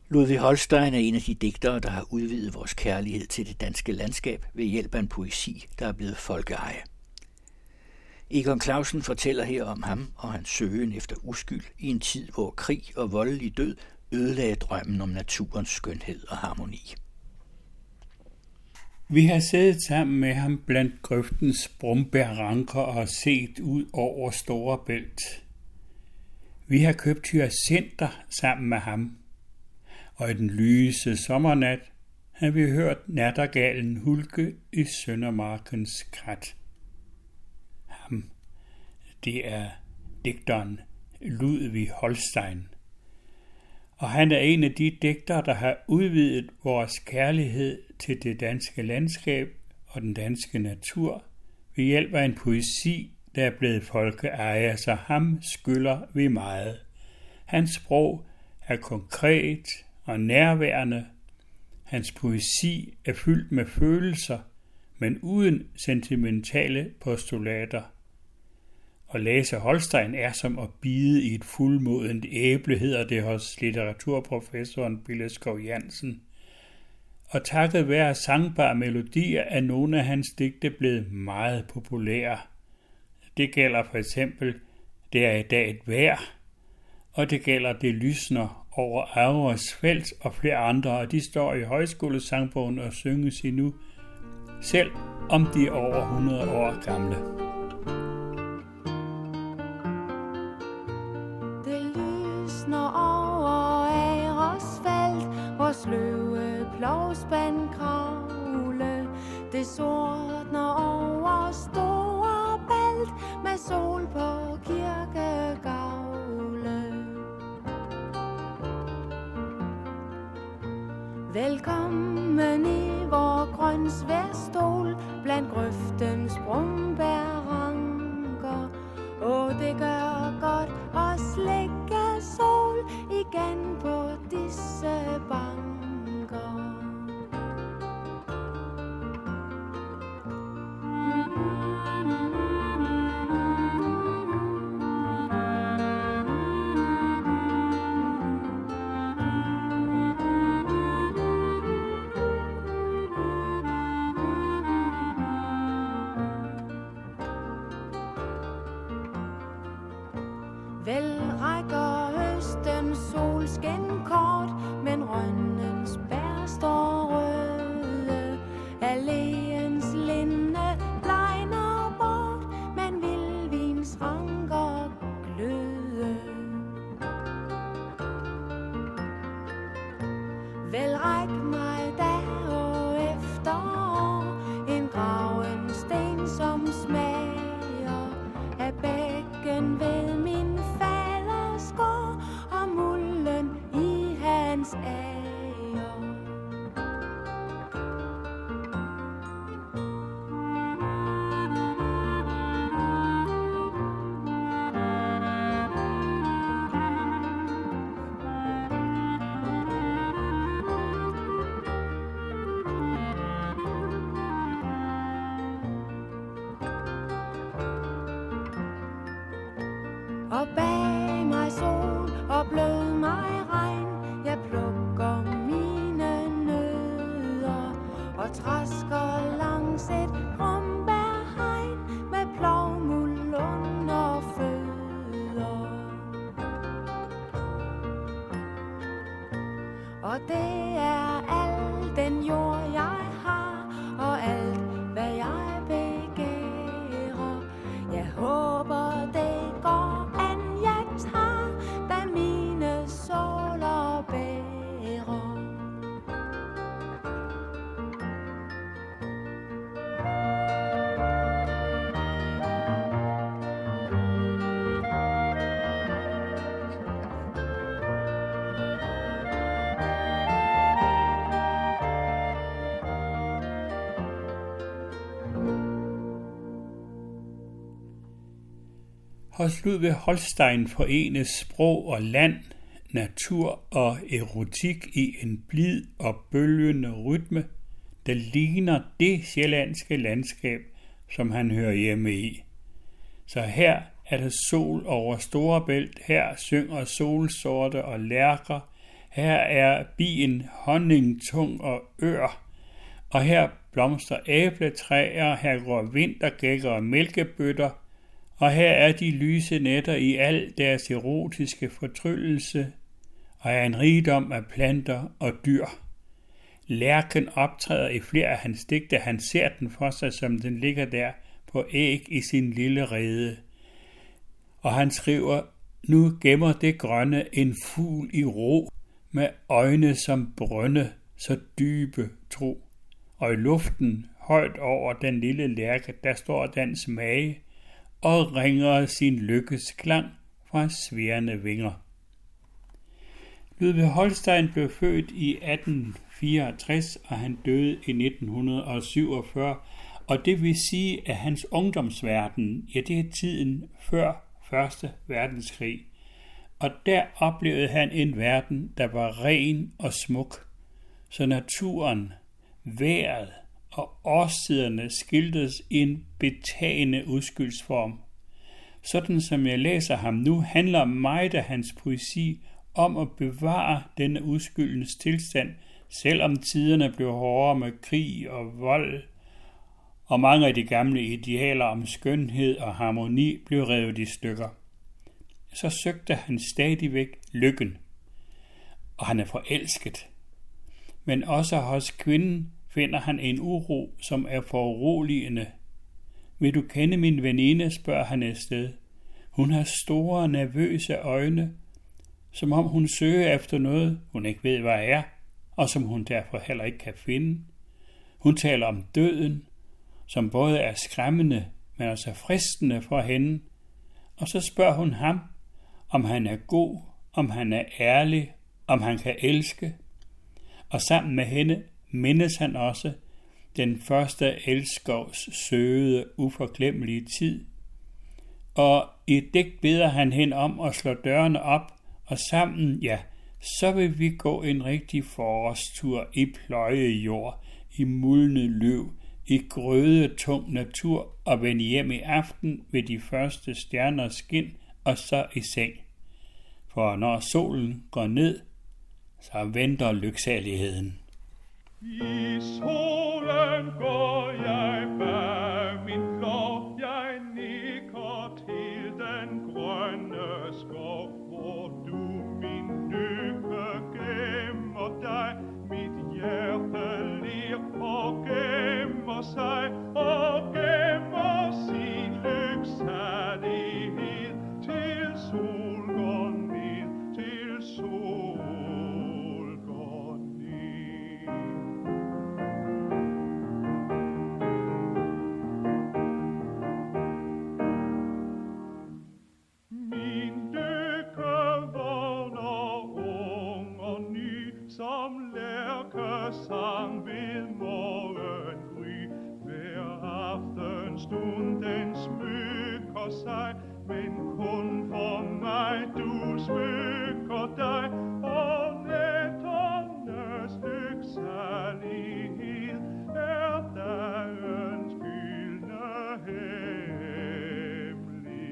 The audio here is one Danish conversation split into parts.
Ludvig Holstein er en af de digtere, der har udvidet vores kærlighed til det danske landskab ved hjælp af en poesi, der er blevet folkeeje. Egon Clausen fortæller her om ham og hans søgen efter uskyld i en tid, hvor krig og voldelig død ødelagde drømmen om naturens skønhed og harmoni. Vi har siddet sammen med ham blandt grøftens brumbærranker og set ud over Storebælt. Vi har købt hyacinter sammen med ham, og i den lyse sommernat har vi hørt nattergalen hulke i Søndermarkens krat. Ham, det er digteren Ludvig Holstein, og han er en af de digtere, der har udvidet vores kærlighed til det danske landskab og den danske natur ved hjælp af en poesi, der er blevet folkeeje, så ham skylder vi meget. Hans sprog er konkret og nærværende. Hans poesi er fyldt med følelser, men uden sentimentale postulater. At læse Holstein er som at bide i et fuldmodent æble, hedder det hos litteraturprofessoren Bille Skov Jansen. Og takket være sangbare melodier er nogle af hans digte blevet meget populære. Det gælder for eksempel "Det er i dag et vejr", og det gælder "Det lysner over Aures felt" og flere andre, og de står i højskolesangbogen og synges endnu, selv om de er over 100 år gamle. Sløve plovspand kravle, det sortner over Storebælt med sol på kirkegavle. Velkommen i vor grønsværstol blandt grøftens brumbærranker. Det gør godt at slække sol igen på disse banker. Vel rækker høstens solskin kort, men rønnens bær står røde. Alléens linde blegner bort, men vildvins ranker gløde. Vel ræk mig da og efter en graven sten, som smager af bækken ved min faderskår og mulden i hans ager. Og bag mig sol og blød mig regn, jeg plukker mine nødder og trasker langs et brumbærhegn med plovmuld under fødder. Og det er al den jord jeg har, og alt hvad jeg begærer. Jeg håber det går an, jeg tager, da mine såler bærer. Hos Ludvig Holstein forenes sprog og land, natur og erotik i en blid og bølgende rytme, der ligner det sjællandske landskab, som han hører hjemme i. Så her er der sol over Storebælt, her synger solsorte og lærker, Her er bien honningtung og ør, og her blomster æbletræer, her går vintergækker og mælkebøtter, og her er de lyse nætter i al deres erotiske fortryllelse, og er en rigdom af planter og dyr. Lærken optræder i flere af hans digte, han ser den for sig, som den ligger der på æg i sin lille rede. Og han skriver, nu gemmer det grønne en fugl i ro, med øjne som brønde, så dybe tro. Og i luften, højt over den lille lærke, der står dens mage, og ringer sin lykkes klang fra svirrende vinger. Ludvig Holstein blev født i 1864, og han døde i 1947, og det vil sige, at hans ungdomsverden, ja, det er tiden før 1. verdenskrig. Og der oplevede han en verden, der var ren og smuk, så naturen, vejret og årstiderne skiltes i en betagende udskyldsform. Sådan som jeg læser ham nu, handler meget af hans poesi om at bevare denne uskyldens tilstand, selvom tiderne blev hårdere med krig og vold, og mange af de gamle idealer om skønhed og harmoni blev revet i stykker. Så søgte han stadigvæk lykken, og han er forelsket. Men også hos kvinden finder han en uro, som er foruroligende. Vil du kende min veninde, spørger han et sted. Hun har store, nervøse øjne, som om hun søger efter noget, hun ikke ved, hvad er, og som hun derfor heller ikke kan finde. Hun taler om døden, som både er skræmmende, men også fristende for hende. Og så spørger hun ham, om han er god, om han er ærlig, om han kan elske. Og sammen med hende mindes han også den første elskovs søde, uforglemmelige tid. Og i et digt beder han hende om at slå dørene op, og sammen, ja, så vil vi gå en rigtig forårstur i pløje jord, i mulnet løv, i grødetung natur og vende hjem i aften ved de første stjerners skin og så i seng. For når solen går ned, så venter lyksaligheden. I solen går jeg bag min lov, jeg nikker til den grønne skov, hvor du min lykke gemmer dig, mit hjerte lir og gemmer sig, og gemmer sin lyksalighed, til sol går ned, til sol går ned. Min lykke vågner ung og ny, som lærkesang ved morgengry. Hver aftenstund den smykker sig, men kun for mig du smykker dig, og nætternes lyksalighed er dagens gyldne hemmelighed.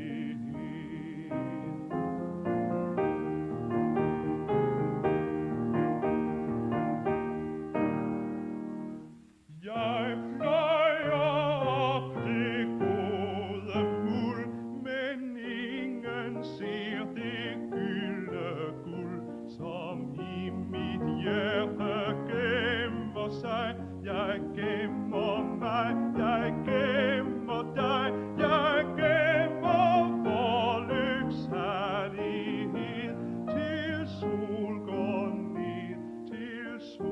Jeg pløjer op det gode muld, men ingen ser det gyldne guld, som i mit hjerte gemmer sig. Jeg gemmer mig, jeg gemmer dig, jeg gemmer vor lyksalighed, til sol går ned, til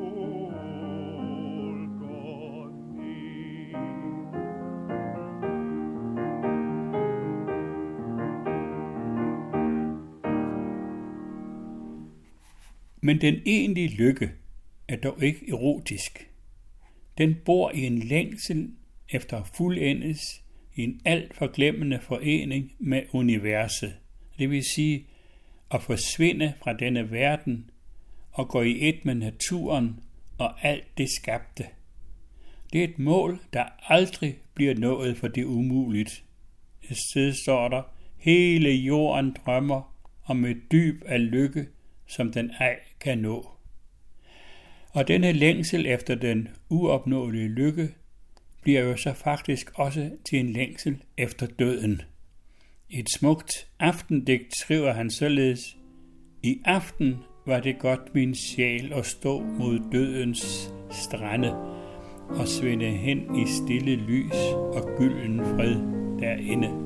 sol går ned. Men den egentlige lykke er dog ikke erotisk. Den bor i en længsel efter fuldendes i en alt forglemmende forening med universet. Det vil sige at forsvinde fra denne verden og gå i et med naturen og alt det skabte. Det er et mål, der aldrig bliver nået, for det umuligt. Et sted står der, hele jorden drømmer om et dyb af lykke, som den ej kan nå. Og denne længsel efter den uopnåelige lykke bliver jo så faktisk også til en længsel efter døden. I et smukt aftendigt skriver han således: I aften var det godt min sjæl at stå mod dødens strande og svinde hen i stille lys og gylden fred derinde.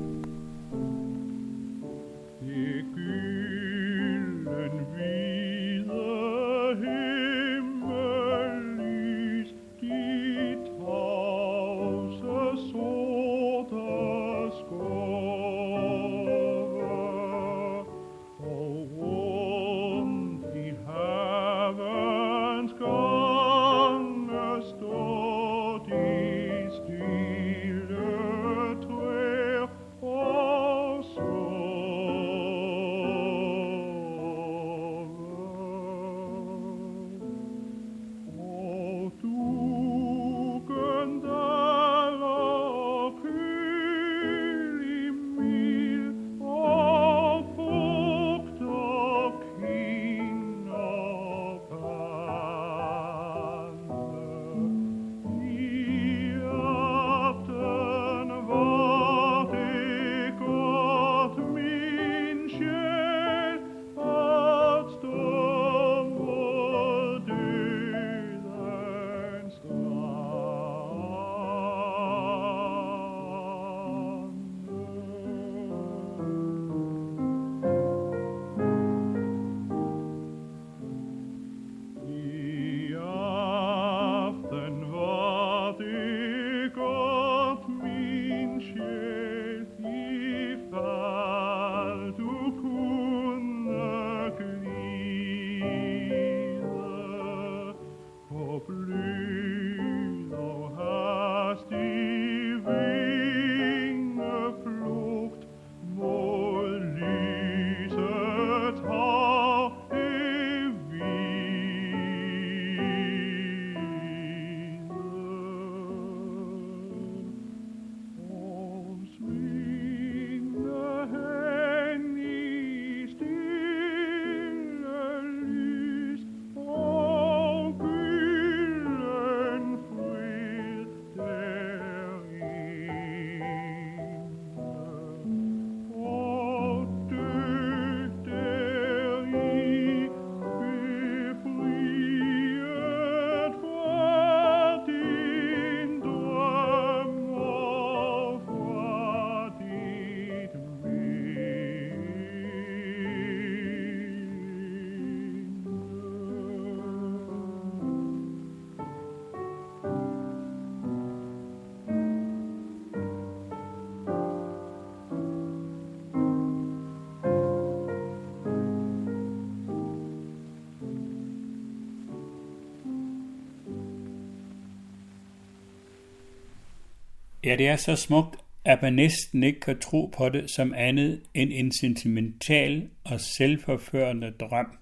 Ja, det er så smukt, at man næsten ikke kan tro på det som andet end en sentimental og selvforførende drøm.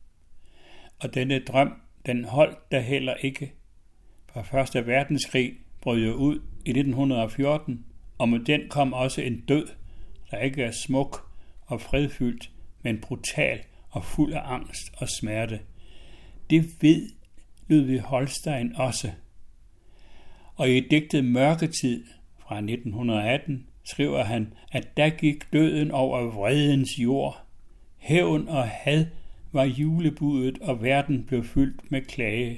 Og denne drøm, den holdt da heller ikke. For 1. verdenskrig brød jo ud i 1914, og med den kom også en død, der ikke er smuk og fredfyldt, men brutal og fuld af angst og smerte. Det ved Ludvig Holstein også. Og i digtet Mørketid fra 1918 skriver han, at der gik døden over vredens jord. Hævn og had var julebudet, og verden blev fyldt med klage.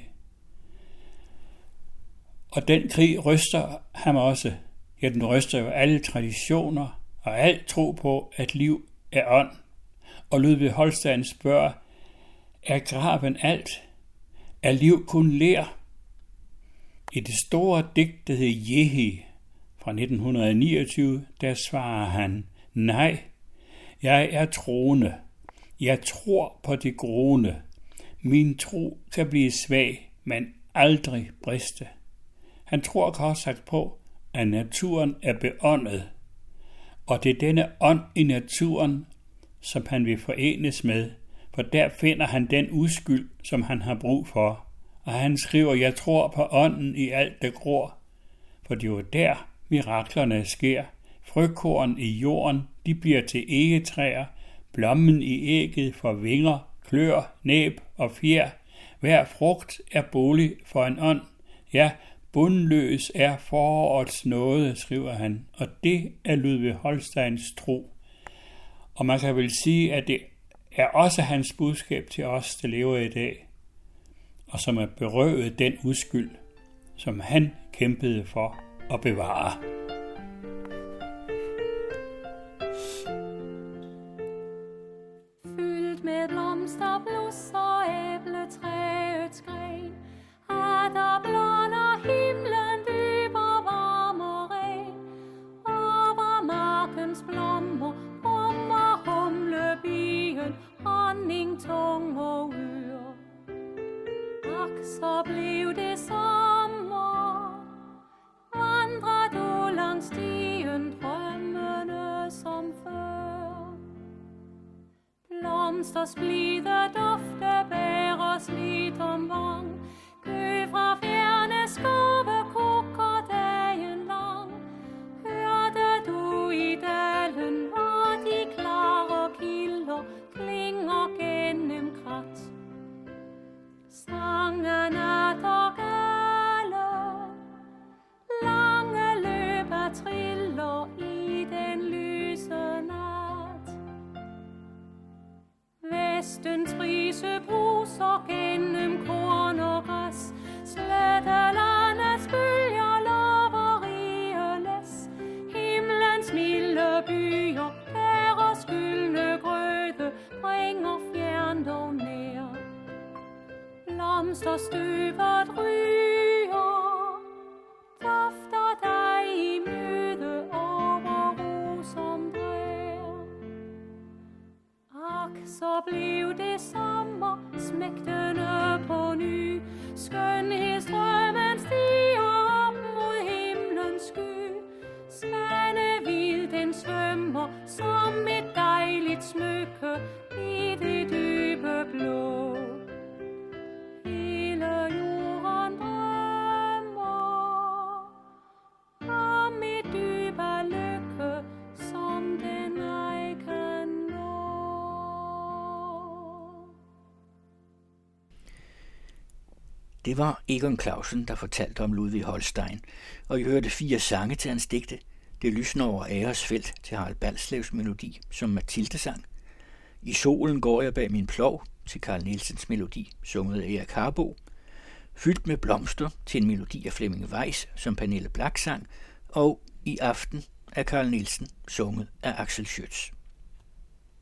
Og den krig ryster ham også. Ja, den ryster jo alle traditioner og alt tro på, at liv er ånd. Og Ludvig Holstein spørger, er graven alt? Er liv kun ler? I det store digt, der hedder Jehi fra 1929, der svarer han, nej, jeg er troende. Jeg tror på det groende. Min tro kan blive svag, men aldrig briste. Han tror kort sagt på, at naturen er beåndet, og det er denne ånd i naturen, som han vil forenes med, for der finder han den uskyld, som han har brug for. Og han skriver, jeg tror på ånden i alt, der gror, for det er jo der, miraklerne sker. Frøkorn i jorden, de bliver til egetræer, blommen i ægget får vinger, klør, næb og fjer. Hver frugt er bolig for en ånd. Ja, bundløs er forårets nåde, skriver han, og det er Ludvig Holsteins tro. Og man kan vel sige, at det er også hans budskab til os, der lever i dag, og som er berøvet den uskyld, som han kæmpede for at bevare. Fyldt med blomster, blus og æbletræets gren, der blåner himlen dyb og varm og ren. Over markens blommer brummer humlebien, honning tung og ør. Ak, så blev det sommer, vandrer du langs stien, drømmende som før. Blomsters blide dufte bærer slidt om vang, kø fra fjerne skove koker dagen lang. Hørte du i dalen, hvor de klare kilder klinger gennem krat? Sangen er gale, lange løber triller i den lyse nat. Vestens brise bruser gennem korn og græs, slettelandets bølger lover rige læs. Himlens milde byer, deres gyldne grøde, bringer fjern dog nær. Blomster støvet ryger, dufter dig i møde over ro som drær. Ak, så blev det sommer, smægtende på ny. Skønhedsdrømmen stiger op mod himlens sky. Svanehvid den svømmer som et dejligt smykke i det dybe blå. Hele jorden drømmer om et dybe lykke, som den ej kan nå. Det var Egon Clausen, der fortalte om Ludvig Holstein, og I hørte 4 sange til hans digte. Det lysner over Æresfelt til Harald Balslevs melodi, som Mathilde sang. I solen går jeg bag min plov til Carl Nielsens melodi, sunget af Erik Harbo. Fyldt med blomster til en melodi af Flemming Weiss, som Pernille Black sang, og I aften af Carl Nielsen, sunget af Axel Schütz.